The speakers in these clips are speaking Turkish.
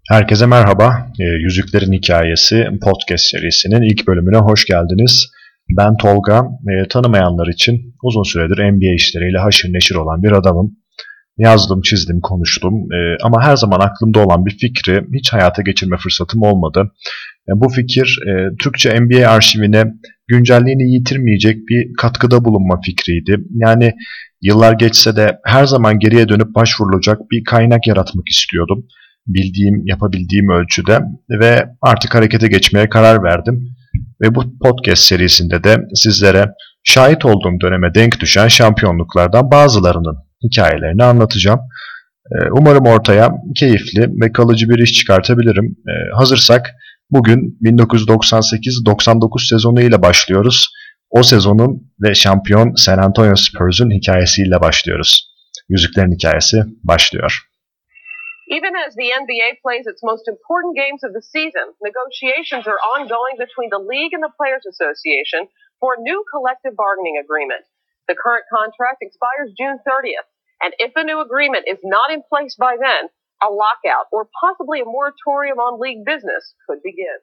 Herkese merhaba. Yüzüklerin Hikayesi podcast serisinin ilk bölümüne hoş geldiniz. Ben Tolga. Tanımayanlar için uzun süredir NBA işleriyle haşır neşir olan bir adamım. Yazdım, çizdim, konuştum ama her zaman aklımda olan bir fikri hiç hayata geçirme fırsatım olmadı. Bu fikir Türkçe NBA arşivine güncelliğini yitirmeyecek bir katkıda bulunma fikriydi. Yani yıllar geçse de her zaman geriye dönüp başvurulacak bir kaynak yaratmak istiyordum. Bildiğim, yapabildiğim ölçüde ve artık harekete geçmeye karar verdim. Ve bu podcast serisinde de sizlere şahit olduğum döneme denk düşen şampiyonluklardan bazılarının hikayelerini anlatacağım. Umarım ortaya keyifli ve kalıcı bir iş çıkartabilirim. Hazırsak bugün 1998-99 sezonu ile başlıyoruz. O sezonun ve şampiyon San Antonio Spurs'un hikayesiyle başlıyoruz. Yüzüklerin Hikayesi başlıyor. Even as the NBA plays its most important games of the season, negotiations are ongoing between the league and the Players Association for a new collective bargaining agreement. The current contract expires June 30th, and if a new agreement is not in place by then, a lockout or possibly a moratorium on league business could begin.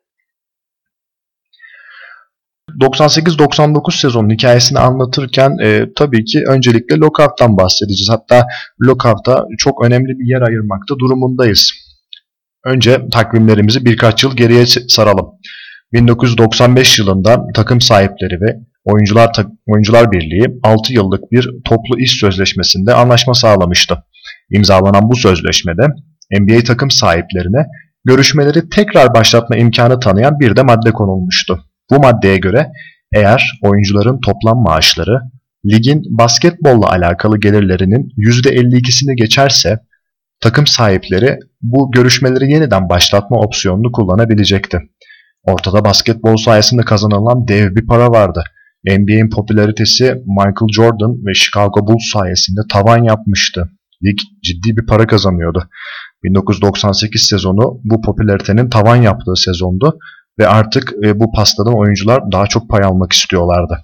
98-99 sezonun hikayesini anlatırken tabii ki öncelikle lockout'tan bahsedeceğiz. Hatta lockout'a çok önemli bir yer ayırmakta durumundayız. Önce takvimlerimizi birkaç yıl geriye saralım. 1995 yılında takım sahipleri ve Oyuncular Birliği 6 yıllık bir toplu iş sözleşmesinde anlaşma sağlamıştı. İmzalanan bu sözleşmede NBA takım sahiplerine görüşmeleri tekrar başlatma imkanı tanıyan bir de madde konulmuştu. Bu maddeye göre eğer oyuncuların toplam maaşları ligin basketbolla alakalı gelirlerinin %52'sini geçerse takım sahipleri bu görüşmeleri yeniden başlatma opsiyonunu kullanabilecekti. Ortada basketbol sayesinde kazanılan dev bir para vardı. NBA'in popülaritesi Michael Jordan ve Chicago Bulls sayesinde tavan yapmıştı. Lig ciddi bir para kazanıyordu. 1998 sezonu bu popülaritenin tavan yaptığı sezondu. Ve artık bu pastadan oyuncular daha çok pay almak istiyorlardı.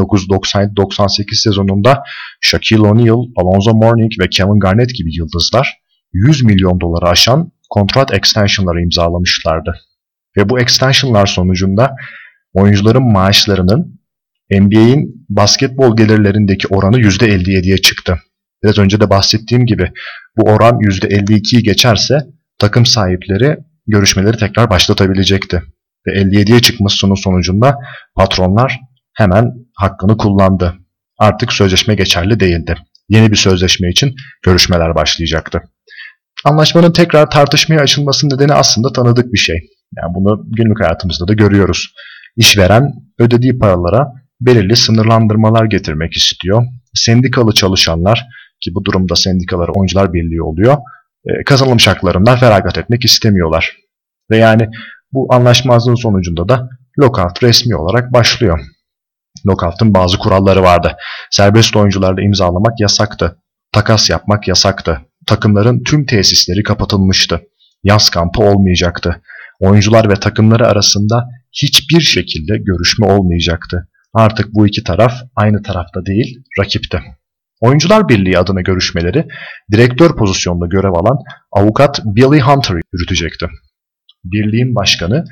1997-98 sezonunda Shaquille O'Neal, Alonzo Mourning ve Kevin Garnett gibi yıldızlar 100 milyon doları aşan kontrat extensionları imzalamışlardı. Ve bu extensionlar sonucunda oyuncuların maaşlarının NBA'in basketbol gelirlerindeki oranı %57'ye çıktı. Biraz önce de bahsettiğim gibi bu oran %52'yi geçerse takım sahipleri görüşmeleri tekrar başlatabilecekti. Ve 57'ye çıkmasının sonucunda patronlar hemen hakkını kullandı. Artık sözleşme geçerli değildi. Yeni bir sözleşme için görüşmeler başlayacaktı. Anlaşmanın tekrar tartışmaya açılmasının nedeni aslında tanıdık bir şey. Yani bunu günlük hayatımızda da görüyoruz. İşveren ödediği paralara belirli sınırlandırmalar getirmek istiyor. Sendikalı çalışanlar, ki bu durumda sendikaları Oyuncular Birliği oluyor, kazanılmış haklarından feragat etmek istemiyorlar. Ve yani bu anlaşmazlığın sonucunda da lockout resmi olarak başlıyor. Lockout'un bazı kuralları vardı. Serbest oyuncularla imzalamak yasaktı. Takas yapmak yasaktı. Takımların tüm tesisleri kapatılmıştı. Yaz kampı olmayacaktı. Oyuncular ve takımları arasında hiçbir şekilde görüşme olmayacaktı. Artık bu iki taraf aynı tarafta değil, rakipti. Oyuncular Birliği adına görüşmeleri direktör pozisyonunda görev alan avukat Billy Hunter yürütecekti. Birliğin başkanı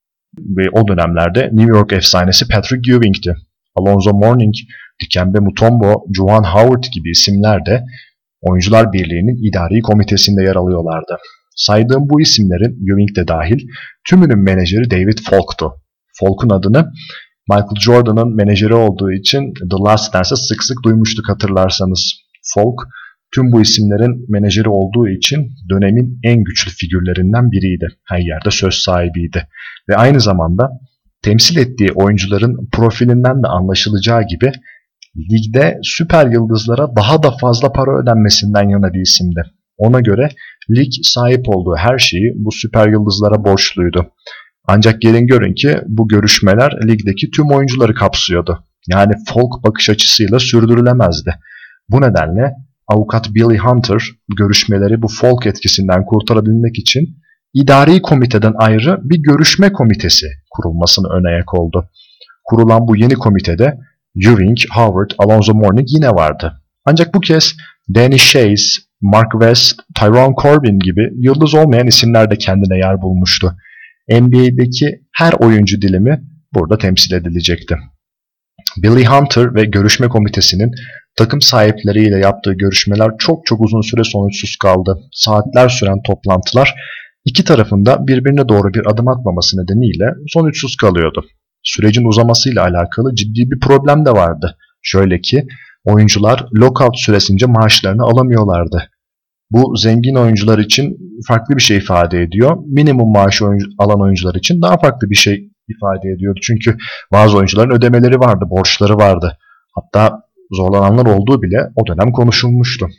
ve o dönemlerde New York efsanesi Patrick Ewing'ti. Alonzo Mourning, Dikembe Mutombo, Juwan Howard gibi isimler de Oyuncular Birliği'nin idari komitesinde yer alıyorlardı. Saydığım bu isimlerin, Ewing de dahil, tümünün menajeri David Falk'tu. Falk'un adını Michael Jordan'ın menajeri olduğu için The Last Dance'ı sık sık duymuştuk hatırlarsanız. Falk, tüm bu isimlerin menajeri olduğu için dönemin en güçlü figürlerinden biriydi. Her yerde söz sahibiydi. Ve aynı zamanda temsil ettiği oyuncuların profilinden de anlaşılacağı gibi ligde süper yıldızlara daha da fazla para ödenmesinden yana bir isimdi. Ona göre lig sahip olduğu her şeyi bu süper yıldızlara borçluydu. Ancak gelin görün ki bu görüşmeler ligdeki tüm oyuncuları kapsıyordu. Yani Falk bakış açısıyla sürdürülemezdi. Bu nedenle avukat Billy Hunter görüşmeleri bu Falk etkisinden kurtarabilmek için idari komiteden ayrı bir görüşme komitesi kurulmasını ön ayak oldu. Kurulan bu yeni komitede Ewing, Howard, Alonzo Mourning yine vardı. Ancak bu kez Danny Chase, Mark West, Tyrone Corbin gibi yıldız olmayan isimler de kendine yer bulmuştu. NBA'deki her oyuncu dilimi burada temsil edilecekti. Billy Hunter ve görüşme komitesinin takım sahipleriyle yaptığı görüşmeler çok uzun süre sonuçsuz kaldı. Saatler süren toplantılar iki tarafında birbirine doğru bir adım atmaması nedeniyle sonuçsuz kalıyordu. Sürecin uzamasıyla alakalı ciddi bir problem de vardı. Şöyle ki oyuncular lockout süresince maaşlarını alamıyorlardı. Bu zengin oyuncular için farklı bir şey ifade ediyor. Minimum maaşı alan oyuncular için daha farklı bir şey ifade ediyordu. Çünkü bazı oyuncuların ödemeleri vardı, borçları vardı. Hatta zorlananlar olduğu bile o dönem konuşulmuştu.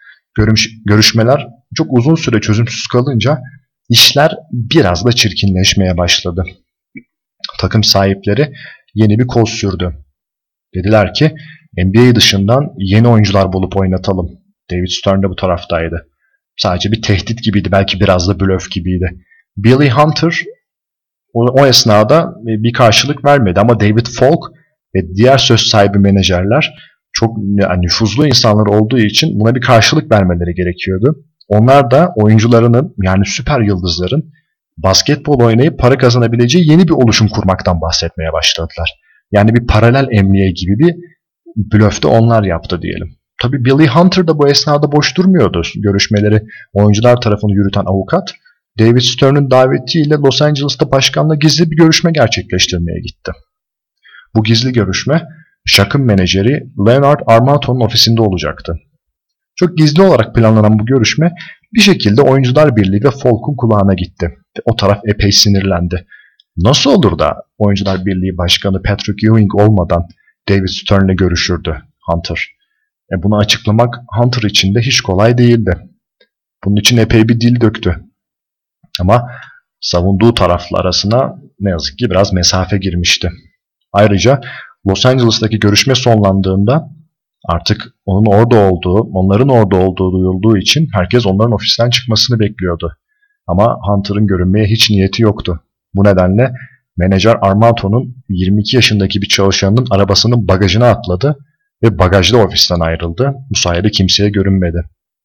Görüşmeler çok uzun süre çözümsüz kalınca işler biraz da çirkinleşmeye başladı. Takım sahipleri yeni bir koz sürdü. Dediler ki NBA dışından yeni oyuncular bulup oynatalım. David Stern de bu taraftaydı. Sadece bir tehdit gibiydi, belki biraz da blöf gibiydi. Billy Hunter o esnada bir karşılık vermedi ama David Falk ve diğer söz sahibi menajerler çok nüfuzlu insanlar olduğu için buna bir karşılık vermeleri gerekiyordu. Onlar da oyuncularının, yani süper yıldızların basketbol oynayıp para kazanabileceği yeni bir oluşum kurmaktan bahsetmeye başladılar. Yani bir paralel NBA gibi bir blöf de onlar yaptı diyelim. Tabii Billy Hunter da bu esnada boş durmuyordu. Görüşmeleri oyuncular tarafını yürüten avukat, David Stern'ın davetiyle Los Angeles'ta başkanla gizli bir görüşme gerçekleştirmeye gitti. Bu gizli görüşme Shaq'ın menajeri Leonard Armando'nun ofisinde olacaktı. Çok gizli olarak planlanan bu görüşme bir şekilde Oyuncular Birliği ve Falk'un kulağına gitti. O taraf epey sinirlendi. Nasıl olur da Oyuncular Birliği Başkanı Patrick Ewing olmadan David Stern'le görüşürdü Hunter? Bunu açıklamak Hunter için de hiç kolay değildi. Bunun için epey bir dil döktü. Ama savunduğu taraflar arasına ne yazık ki biraz mesafe girmişti. Ayrıca Los Angeles'taki görüşme sonlandığında artık onların orada olduğu duyulduğu için herkes onların ofisten çıkmasını bekliyordu. Ama Hunter'ın görünmeye hiç niyeti yoktu. Bu nedenle menajer Armando'nun 22 yaşındaki bir çalışanının arabasının bagajına atladı ve bagajda ofisten ayrıldı. Bu sayede kimseye görünmedi.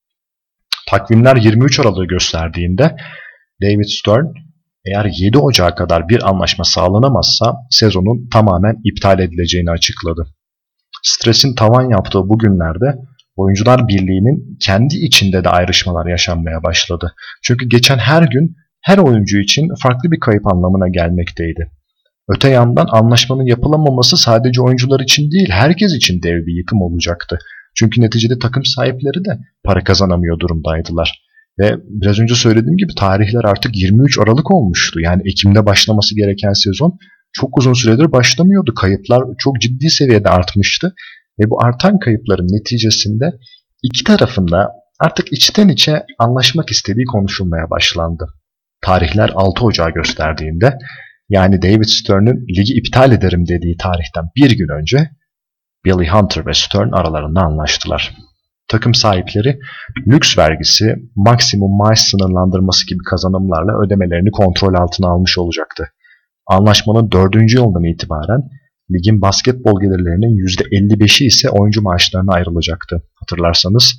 Takvimler 23 Aralık'ı gösterdiğinde David Stern eğer 7 Ocak'a kadar bir anlaşma sağlanamazsa sezonun tamamen iptal edileceğini açıkladı. Stresin tavan yaptığı bu günlerde Oyuncular Birliği'nin kendi içinde de ayrışmalar yaşanmaya başladı. Çünkü geçen her gün her oyuncu için farklı bir kayıp anlamına gelmekteydi. Öte yandan anlaşmanın yapılamaması sadece oyuncular için değil, herkes için dev bir yıkım olacaktı. Çünkü neticede takım sahipleri de para kazanamıyor durumdaydılar. Ve biraz önce söylediğim gibi tarihler artık 23 Aralık olmuştu. Yani Ekim'de başlaması gereken sezon çok uzun süredir başlamıyordu. Kayıplar çok ciddi seviyede artmıştı. Ve bu artan kayıpların neticesinde iki tarafında artık içten içe anlaşmak istediği konuşulmaya başlandı. Tarihler 6 Ocağı gösterdiğinde, yani David Stern'ın ligi iptal ederim dediği tarihten bir gün önce Billy Hunter ve Stern aralarında anlaştılar. Takım sahipleri lüks vergisi, maksimum maaş sınırlandırması gibi kazanımlarla ödemelerini kontrol altına almış olacaktı. Anlaşmanın 4. yılından itibaren ligin basketbol gelirlerinin %55'i ise oyuncu maaşlarına ayrılacaktı. Hatırlarsanız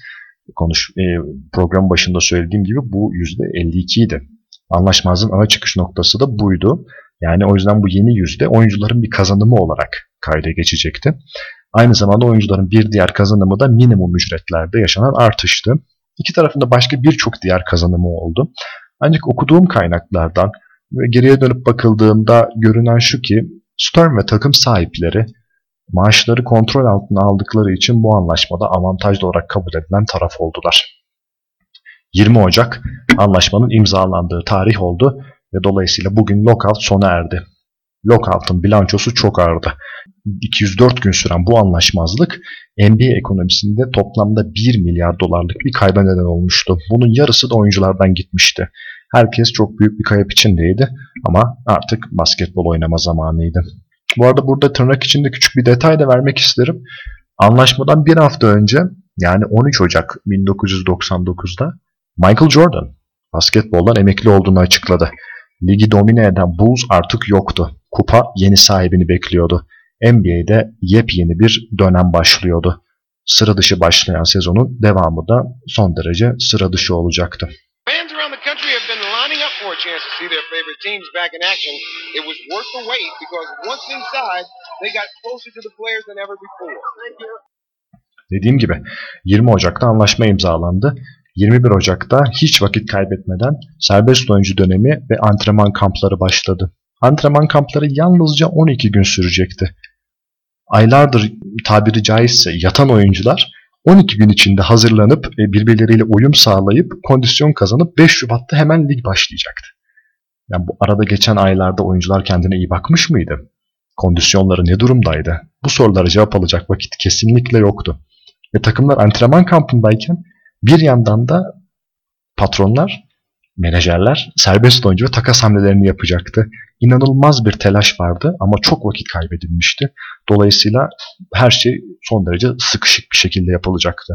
program başında söylediğim gibi bu %52 idi. Anlaşmazlığın ana çıkış noktası da buydu. Yani o yüzden bu yeni yüzde oyuncuların bir kazanımı olarak kayda geçecekti. Aynı zamanda oyuncuların bir diğer kazanımı da minimum ücretlerde yaşanan artıştı. İki tarafında başka birçok diğer kazanımı oldu. Ancak okuduğum kaynaklardan ve geriye dönüp bakıldığında görünen şu ki Stern ve takım sahipleri maaşları kontrol altına aldıkları için bu anlaşmada avantajlı olarak kabul edilen taraf oldular. 20 Ocak anlaşmanın imzalandığı tarih oldu ve dolayısıyla bugün lockout sona erdi. Lockout'un bilançosu çok ağırdı. 204 gün süren bu anlaşmazlık NBA ekonomisinde toplamda 1 milyar dolarlık bir kayba neden olmuştu. Bunun yarısı da oyunculardan gitmişti. Herkes çok büyük bir kayıp içindeydi ama artık basketbol oynama zamanıydı. Bu arada burada tırnak içinde küçük bir detay da vermek isterim. Anlaşmadan bir hafta önce, yani 13 Ocak 1999'da Michael Jordan basketboldan emekli olduğunu açıkladı. Ligi domine eden Bulls artık yoktu. Kupa yeni sahibini bekliyordu. NBA'de yepyeni bir dönem başlıyordu. sıra dışı başlayan sezonun devamı da son derece sıra dışı olacaktı. Fans around the country have been lining up for a chance to see their favorite teams back in action. It was worth the wait because once inside, they got closer to the players than ever before. Dediğim gibi 20 Ocak'ta anlaşma imzalandı. 21 Ocak'ta hiç vakit kaybetmeden serbest oyuncu dönemi ve antrenman kampları başladı. Antrenman kampları yalnızca 12 gün sürecekti. Aylardır tabiri caizse yatan oyuncular 12 gün içinde hazırlanıp birbirleriyle uyum sağlayıp kondisyon kazanıp 5 Şubat'ta hemen lig başlayacaktı. Yani bu arada geçen aylarda oyuncular kendine iyi bakmış mıydı? Kondisyonları ne durumdaydı? Bu sorulara cevap alacak vakit kesinlikle yoktu. Ve takımlar antrenman kampındayken bir yandan da patronlar, menajerler serbest oyuncu ve takas hamlelerini yapacaktı. İnanılmaz bir telaş vardı ama çok vakit kaybedilmişti. Dolayısıyla her şey son derece sıkışık bir şekilde yapılacaktı.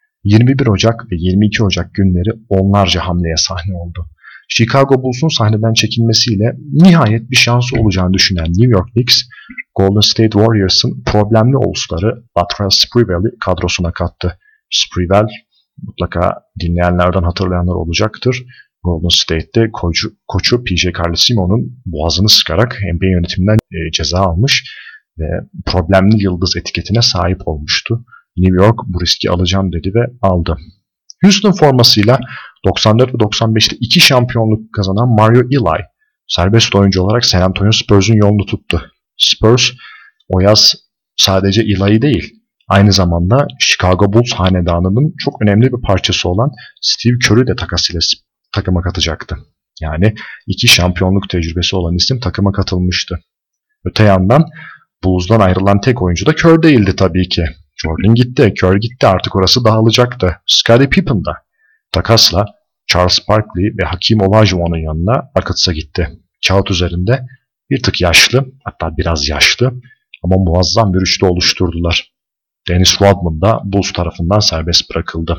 21 Ocak ve 22 Ocak günleri onlarca hamleye sahne oldu. Chicago Bulls'un sahneden çekilmesiyle nihayet bir şansı olacağını düşünen New York Knicks, Golden State Warriors'ın problemli All-Star'ı Latrell Sprewell'i kadrosuna kattı. Sprewell, mutlaka dinleyenlerden hatırlayanlar olacaktır. Golden State'te koçu PJ Carlesimo'nun boğazını sıkarak NBA yönetiminden ceza almış ve problemli yıldız etiketine sahip olmuştu. New York bu riski alacağım dedi ve aldı. Houston formasıyla 94 ve 95'te 2 şampiyonluk kazanan Mario Elie, serbest oyuncu olarak San Antonio Spurs'un yolunu tuttu. Spurs o yaz sadece Elie'yi değil, aynı zamanda Chicago Bulls hanedanının çok önemli bir parçası olan Steve Kerr'ü de takasıyla takıma katacaktı. Yani 2 şampiyonluk tecrübesi olan isim takıma katılmıştı. Öte yandan Bulls'dan ayrılan tek oyuncu da Kerr değildi tabii ki. Jordan gitti, Kerr gitti, artık orası dağılacaktı. Scottie Pippen da takasla Charles Barkley ve Hakeem Olajuwon'un yanına Rockets'a gitti. Kağıt üzerinde bir tık yaşlı, hatta biraz yaşlı ama muazzam bir üçlü oluşturdular. Dennis Rodman da Bulls tarafından serbest bırakıldı.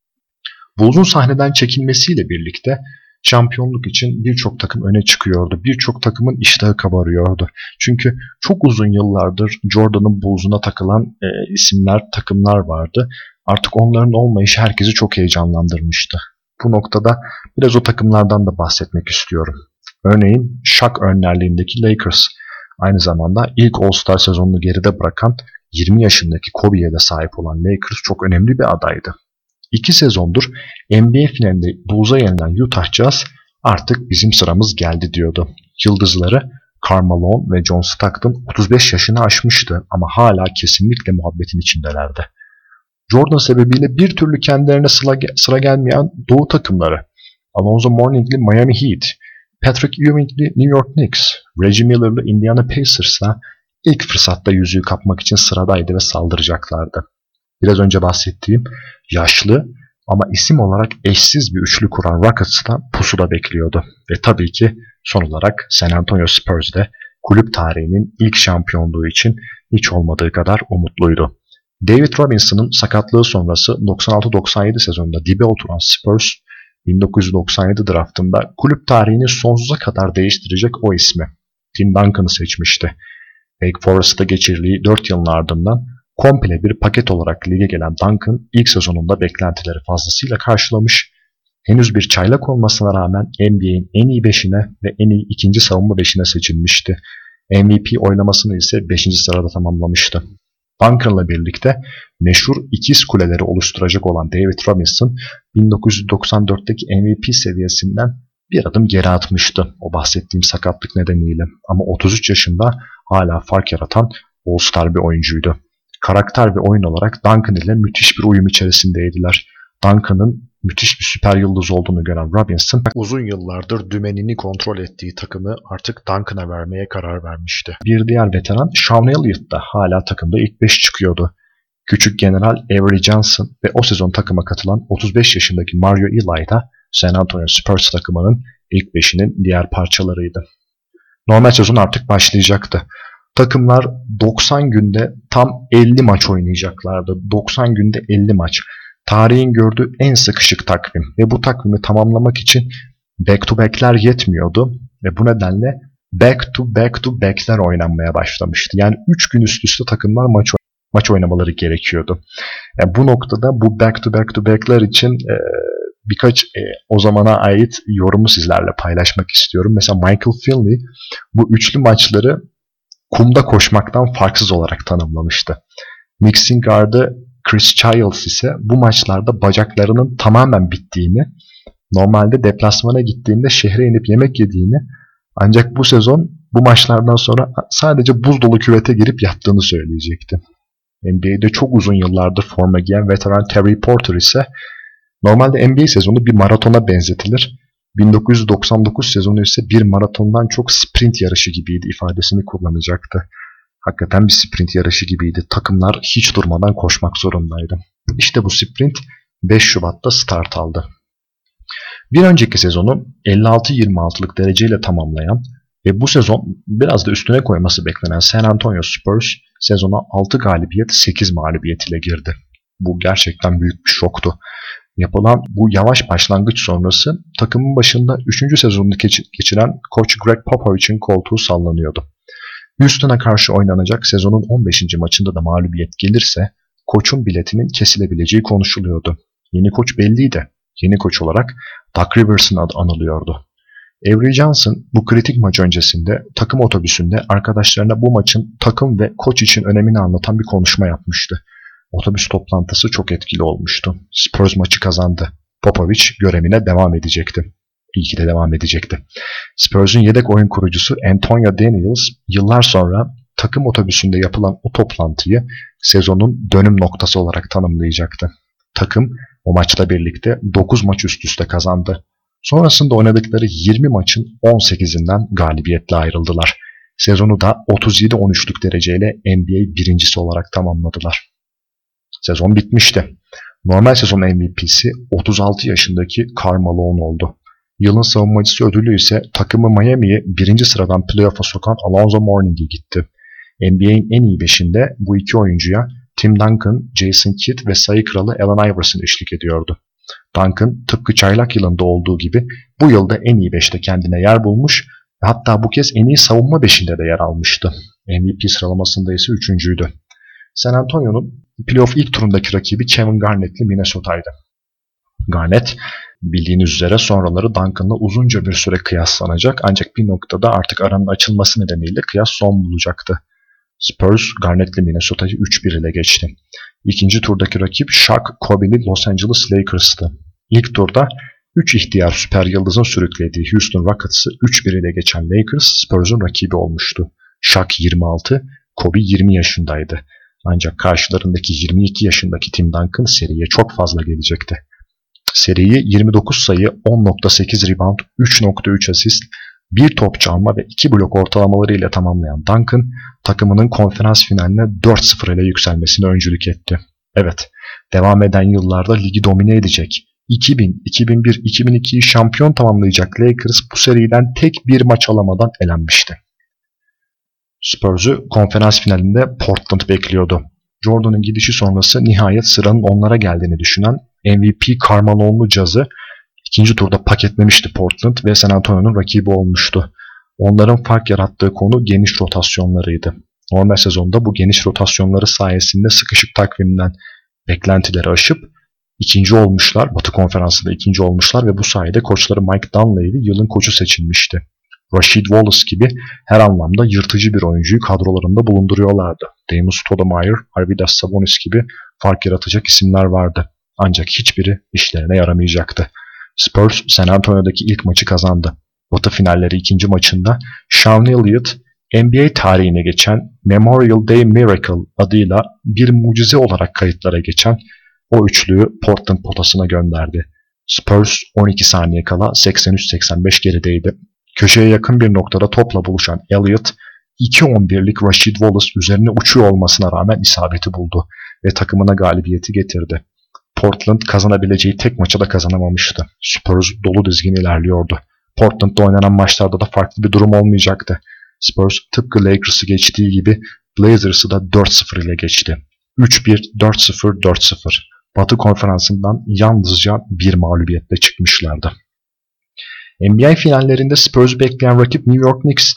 Bulls'un sahneden çekilmesiyle birlikte şampiyonluk için birçok takım öne çıkıyordu. Birçok takımın iştahı kabarıyordu. Çünkü çok uzun yıllardır Jordan'ın Bulls'una takılan isimler, takımlar vardı. Artık onların olmayışı herkesi çok heyecanlandırmıştı. Bu noktada biraz o takımlardan da bahsetmek istiyorum. Örneğin Shaq önderliğindeki Lakers, aynı zamanda ilk All-Star sezonunu geride bırakan 20 yaşındaki Kobe'ye de sahip olan Lakers çok önemli bir adaydı. 2 sezondur NBA finalinde Bulls'a yenilen Utah Jazz artık bizim sıramız geldi diyordu. Yıldızları Karl Malone ve John Stockton 35 yaşını aşmıştı ama hala kesinlikle muhabbetin içindelerdi. Jordan sebebiyle bir türlü kendilerine sıra gelmeyen Doğu takımları, Alonzo Mourning'li Miami Heat, Patrick Ewing'li New York Knicks, Reggie Miller'lı Indiana Pacers'la ilk fırsatta yüzüğü kapmak için sıradaydı ve saldıracaklardı. Biraz önce bahsettiğim yaşlı ama isim olarak eşsiz bir üçlü kuran Rockets da pusuda bekliyordu. Ve tabii ki son olarak San Antonio Spurs de kulüp tarihinin ilk şampiyonluğu için hiç olmadığı kadar umutluydu. David Robinson'ın sakatlığı sonrası 96-97 sezonunda dibe oturan Spurs, 1997 draftında kulüp tarihini sonsuza kadar değiştirecek o ismi, Tim Duncan'ı seçmişti. Wake Forest'ta geçirdiği 4 yılın ardından komple bir paket olarak lige gelen Duncan ilk sezonunda beklentileri fazlasıyla karşılamış. Henüz bir çaylak olmasına rağmen NBA'in en iyi 5'ine ve en iyi ikinci savunma 5'ine seçilmişti. MVP oylamasını ise 5. sırada tamamlamıştı. Duncan'la birlikte meşhur ikiz kuleleri oluşturacak olan David Robinson 1994'teki MVP seviyesinden bir adım geri atmıştı o bahsettiğim sakatlık nedeniyle. Ama 33 yaşında hala fark yaratan All-Star bir oyuncuydu. Karakter ve oyun olarak Duncan ile müthiş bir uyum içerisindeydiler. Duncan'ın müthiş bir süper yıldız olduğunu gören Robinson, uzun yıllardır dümenini kontrol ettiği takımı artık Duncan'a vermeye karar vermişti. Bir diğer veteran Sean Elliott da hala takımda ilk 5 çıkıyordu. Küçük General Avery Johnson ve o sezon takıma katılan 35 yaşındaki Mario Elie da San Antonio Spurs takımının ilk 5'inin diğer parçalarıydı. Normal sezon artık başlayacaktı. Takımlar 90 günde tam 50 maç oynayacaklardı. 90 günde 50 maç. Tarihin gördüğü en sıkışık takvim ve bu takvimi tamamlamak için back to back'ler yetmiyordu ve bu nedenle back to back'ler oynanmaya başlamıştı. Yani 3 gün üst üste takımlar maç maç oynamaları gerekiyordu. Yani bu noktada bu back to back'ler için birkaç o zamana ait yorumu sizlerle paylaşmak istiyorum. Mesela Michael Finley bu üçlü maçları kumda koşmaktan farksız olarak tanımlamıştı. Mixing guard'ı Chris Childs ise bu maçlarda bacaklarının tamamen bittiğini, normalde deplasmana gittiğinde şehre inip yemek yediğini, ancak bu sezon bu maçlardan sonra sadece buz dolu küvete girip yattığını söyleyecekti. NBA'de çok uzun yıllardır forma giyen veteran Terry Porter ise normalde NBA sezonu bir maratona benzetilir. 1999 sezonu ise bir maratondan çok sprint yarışı gibiydi ifadesini kullanacaktı. Hakikaten bir sprint yarışı gibiydi. Takımlar hiç durmadan koşmak zorundaydı. İşte bu sprint 5 Şubat'ta start aldı. Bir önceki sezonu 56-26'lık dereceyle tamamlayan ve bu sezon biraz da üstüne koyması beklenen San Antonio Spurs sezona 6 galibiyet 8 mağlubiyet ile girdi. Bu gerçekten büyük bir şoktu. Yapılan bu yavaş başlangıç sonrası takımın başında 3. sezonunu geçiren koç Greg Popovich'in koltuğu sallanıyordu. Houston'a karşı oynanacak sezonun 15. maçında da mağlubiyet gelirse koçun biletinin kesilebileceği konuşuluyordu. Yeni koç belliydi. Yeni koç olarak Doug Rivers'ın adı anılıyordu. Avery Johnson bu kritik maç öncesinde takım otobüsünde arkadaşlarına bu maçın takım ve koç için önemini anlatan bir konuşma yapmıştı. Otobüs toplantısı çok etkili olmuştu. Spurs maçı kazandı. Popovich görevine devam edecekti. İyi ki de devam edecekti. Spurs'un yedek oyun kurucusu Antonio Daniels yıllar sonra takım otobüsünde yapılan o toplantıyı sezonun dönüm noktası olarak tanımlayacaktı. Takım o maçla birlikte 9 maç üst üste kazandı. Sonrasında oynadıkları 20 maçın 18'inden galibiyetle ayrıldılar. Sezonu da 37-13'lük dereceyle NBA birincisi olarak tamamladılar. Sezon bitmişti. Normal sezon MVP'si 36 yaşındaki Karl Malone oldu. Yılın savunmacısı ödülü ise takımı Miami'yi 1. sıradan playoff'a sokan Alonzo Mourning'e gitti. NBA'in en iyi 5'inde bu iki oyuncuya Tim Duncan, Jason Kidd ve sayı kralı Allen Iverson eşlik ediyordu. Duncan tıpkı çaylak yılında olduğu gibi bu yılda en iyi 5'te kendine yer bulmuş ve hatta bu kez en iyi savunma 5'inde de yer almıştı. MVP sıralamasında ise 3.'üydü. San Antonio'nun playoff ilk turundaki rakibi Kevin Garnett'li Minnesota'ydı. Garnett bildiğiniz üzere sonraları Duncan'la uzunca bir süre kıyaslanacak ancak bir noktada artık aranın açılması nedeniyle kıyas son bulacaktı. Spurs Garnett'li Minnesota'yı 3-1 ile geçti. İkinci turdaki rakip Shaq Kobe'li Los Angeles Lakers'tı. İlk turda 3 ihtiyar süper yıldızın sürüklediği Houston Rockets'ı 3-1 ile geçen Lakers Spurs'un rakibi olmuştu. Shaq 26, Kobe 20 yaşındaydı. Ancak karşılarındaki 22 yaşındaki Tim Duncan seriye çok fazla gelecekti. Seriyi 29 sayı, 10.8 rebound, 3.3 asist, 1 top çalma ve 2 blok ortalamalarıyla tamamlayan Duncan, takımının konferans finaline 4-0 ile yükselmesine öncülük etti. Evet, devam eden yıllarda ligi domine edecek. 2000, 2001, 2002'yi şampiyon tamamlayacak Lakers bu seriden tek bir maç alamadan elenmişti. Spurs'u konferans finalinde Portland bekliyordu. Jordan'ın gidişi sonrası nihayet sıranın onlara geldiğini düşünen MVP Karl Malone'lu Jazz'ı ikinci turda paketlemişti Portland ve San Antonio'nun rakibi olmuştu. Onların fark yarattığı konu geniş rotasyonlarıydı. Normal sezonda bu geniş rotasyonları sayesinde sıkışık takvimden beklentileri aşıp ikinci olmuşlar, Batı Konferansı'nda ikinci olmuşlar ve bu sayede koçları Mike Dunleavy yılın koçu seçilmişti. Rasheed Wallace gibi her anlamda yırtıcı bir oyuncuyu kadrolarında bulunduruyorlardı. Damon Stoudemire, Arvydas Sabonis gibi fark yaratacak isimler vardı. Ancak hiçbiri işlerine yaramayacaktı. Spurs, San Antonio'daki ilk maçı kazandı. Batı finalleri ikinci maçında Sean Elliott, NBA tarihine geçen Memorial Day Miracle adıyla bir mucize olarak kayıtlara geçen o üçlüyü Portland potasına gönderdi. Spurs 12 saniye kala 83-85 gerideydi. Köşeye yakın bir noktada topla buluşan Elliott, 2-11'lik Rasheed Wallace üzerine uçuyor olmasına rağmen isabeti buldu ve takımına galibiyeti getirdi. Portland kazanabileceği tek maçı da kazanamamıştı. Spurs dolu dizgin ilerliyordu. Portland'da oynanan maçlarda da farklı bir durum olmayacaktı. Spurs tıpkı Lakers'ı geçtiği gibi Blazers'ı da 4-0 ile geçti. 3-1, 4-0, 4-0. Batı konferansından yalnızca bir mağlubiyetle çıkmışlardı. NBA finallerinde Spurs'u bekleyen rakip New York Knicks'ti.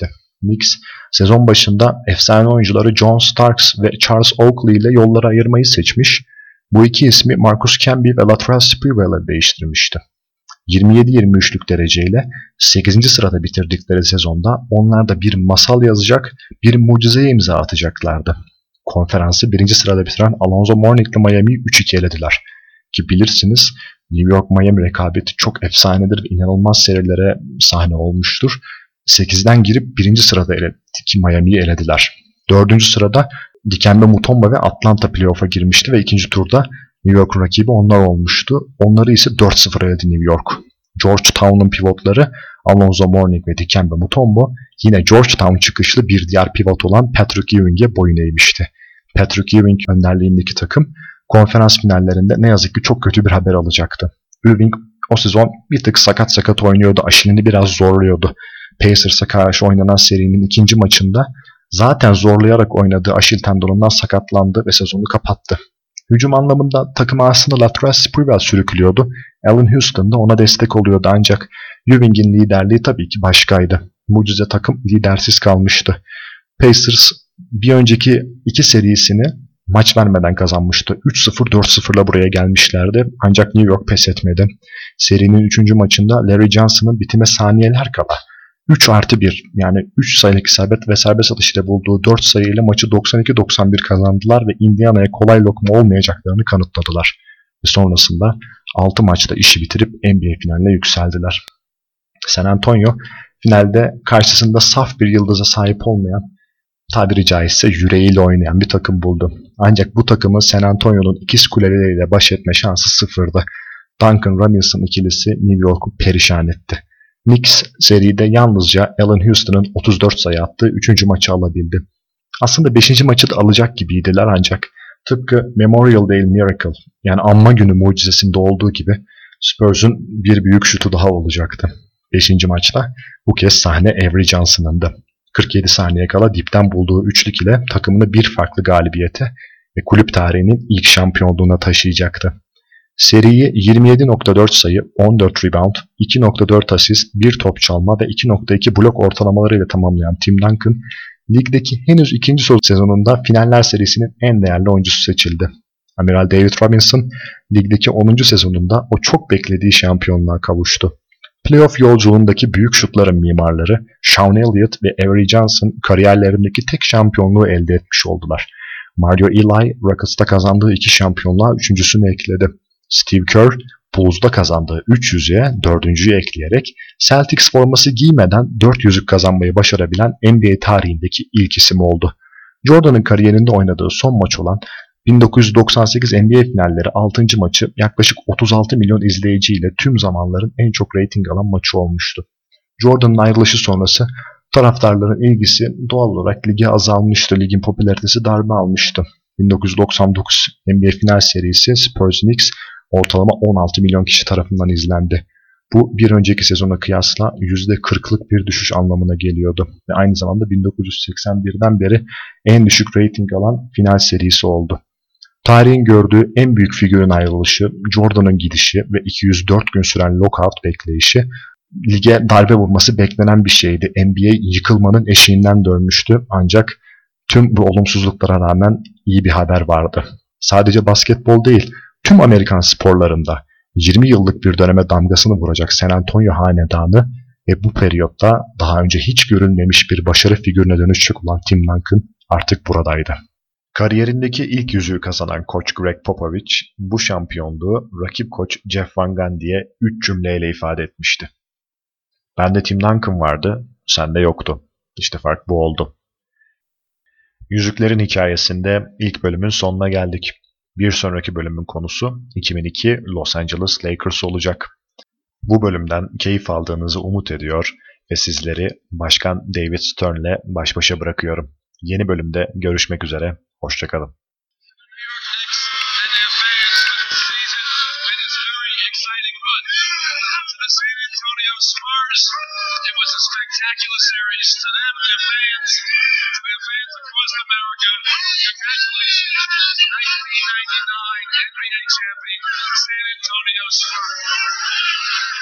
Knicks sezon başında efsane oyuncuları John Starks ve Charles Oakley ile yolları ayırmayı seçmiş. Bu iki ismi Marcus Camby ve Latrell Sprewell'e değiştirmişti. 27-23'lük dereceyle 8. sırada bitirdikleri sezonda onlar da bir masal yazacak, bir mucizeye imza atacaklardı. Konferansı 1. sırada bitiren Alonzo Mourning'le Miami'yi 3-2 elediler. Ki bilirsiniz New York-Miami rekabeti çok efsanedir ve inanılmaz serilere sahne olmuştur. 8'den girip 1. sırada Miami'yi elediler. 4. sırada Dikembe Mutombo ve Atlanta playoff'a girmişti ve 2. turda New York'un rakibi onlar olmuştu. Onları ise 4-0 eledi New York. Georgetown'un pivotları Alonzo Mourning ve Dikembe Mutombo yine Georgetown çıkışlı bir diğer pivot olan Patrick Ewing'e boyun eğmişti. Patrick Ewing önderliğindeki takım konferans finallerinde ne yazık ki çok kötü bir haber alacaktı. Ewing o sezon bir tık sakat oynuyordu, Aşilini biraz zorluyordu. Pacers'a karşı oynanan serinin 2. maçında zaten zorlayarak oynadığı Aşil tendonundan sakatlandı ve sezonu kapattı. Hücum anlamında takım aslında Latrell Sprewell sürüklüyordu. Allen Houston da ona destek oluyordu ancak Ewing'in liderliği tabii ki başkaydı. Mucize takım lidersiz kalmıştı. Pacers bir önceki 2 serisini maç vermeden kazanmıştı. 3-0, 4-0'la buraya gelmişlerdi. Ancak New York pes etmedi. Serinin 3. maçında Larry Johnson'ın bitime saniyeler kala 3+1 yani 3 sayılık isabet ve serbest atış ile bulduğu 4 sayıyla maçı 92-91 kazandılar ve Indiana'ya kolay lokma olmayacaklarını kanıtladılar. Ve sonrasında 6 maçta işi bitirip NBA finaline yükseldiler. San Antonio finalde karşısında saf bir yıldıza sahip olmayan, tabiri caizse yüreğiyle oynayan bir takım buldu. Ancak bu takımı San Antonio'nun ikiz kuleleriyle baş etme şansı sıfırdı. Duncan Robinson ikilisi New York'u perişan etti. Knicks seride yalnızca Allen Houston'ın 34 sayı attığı 3. maçı alabildi. Aslında 5. maçı da alacak gibiydiler ancak tıpkı Memorial Day Miracle yani anma günü mucizesinde olduğu gibi Spurs'un bir büyük şutu daha olacaktı. 5. maçta bu kez sahne Avery Johnson'ındı. 47 saniye kala dipten bulduğu üçlük ile takımını bir farklı galibiyete ve kulüp tarihinin ilk şampiyonluğuna taşıyacaktı. Seriyi 27.4 sayı, 14 rebound, 2.4 asist, 1 top çalma ve 2.2 blok ortalamalarıyla tamamlayan Tim Duncan, ligdeki henüz 2. sezonunda finaller serisinin en değerli oyuncusu seçildi. Amiral David Robinson, ligdeki 10. sezonunda o çok beklediği şampiyonluğa kavuştu. Playoff yolculuğundaki büyük şutların mimarları Sean Elliott ve Avery Johnson kariyerlerindeki tek şampiyonluğu elde etmiş oldular. Mario Eli, Rockets'ta kazandığı 2 şampiyonluğa 3.'sünü ekledi. Steve Kerr, Bulls'da kazandığı 3 yüzüğe 4.'yü ekleyerek Celtics forması giymeden 4 yüzük kazanmayı başarabilen NBA tarihindeki ilk isim oldu. Jordan'ın kariyerinde oynadığı son maç olan 1998 NBA finalleri 6. maçı yaklaşık 36 milyon izleyiciyle tüm zamanların en çok reyting alan maçı olmuştu. Jordan'ın ayrılışı sonrası taraftarların ilgisi doğal olarak lige azalmıştı, ligin popülaritesi darbe almıştı. 1999 NBA final serisi Spurs-Knicks ortalama 16 milyon kişi tarafından izlendi. Bu bir önceki sezona kıyasla %40'lık bir düşüş anlamına geliyordu. Ve aynı zamanda 1981'den beri en düşük reyting alan final serisi oldu. Tarihin gördüğü en büyük figürün ayrılışı, Jordan'ın gidişi ve 204 gün süren lockout bekleyişi, lige darbe vurması beklenen bir şeydi. NBA yıkılmanın eşiğinden dönmüştü ancak tüm bu olumsuzluklara rağmen iyi bir haber vardı. Sadece basketbol değil, tüm Amerikan sporlarında 20 yıllık bir döneme damgasını vuracak San Antonio hanedanı ve bu periyotta daha önce hiç görülmemiş bir başarı figürüne dönüşecek olan Tim Duncan artık buradaydı. Kariyerindeki ilk yüzüğü kazanan koç Greg Popovich bu şampiyonluğu rakip koç Jeff Van Gundy'ye 3 cümleyle ifade etmişti. Bende Tim Duncan vardı, sende yoktu. İşte fark bu oldu. Yüzüklerin hikayesinde ilk bölümün sonuna geldik. Bir sonraki bölümün konusu 2002 Los Angeles Lakers olacak. Bu bölümden keyif aldığınızı umut ediyor ve sizleri Başkan David Stern'le baş başa bırakıyorum. Yeni bölümde görüşmek üzere, hoşça kalın. NBA champion, San Antonio Spurs.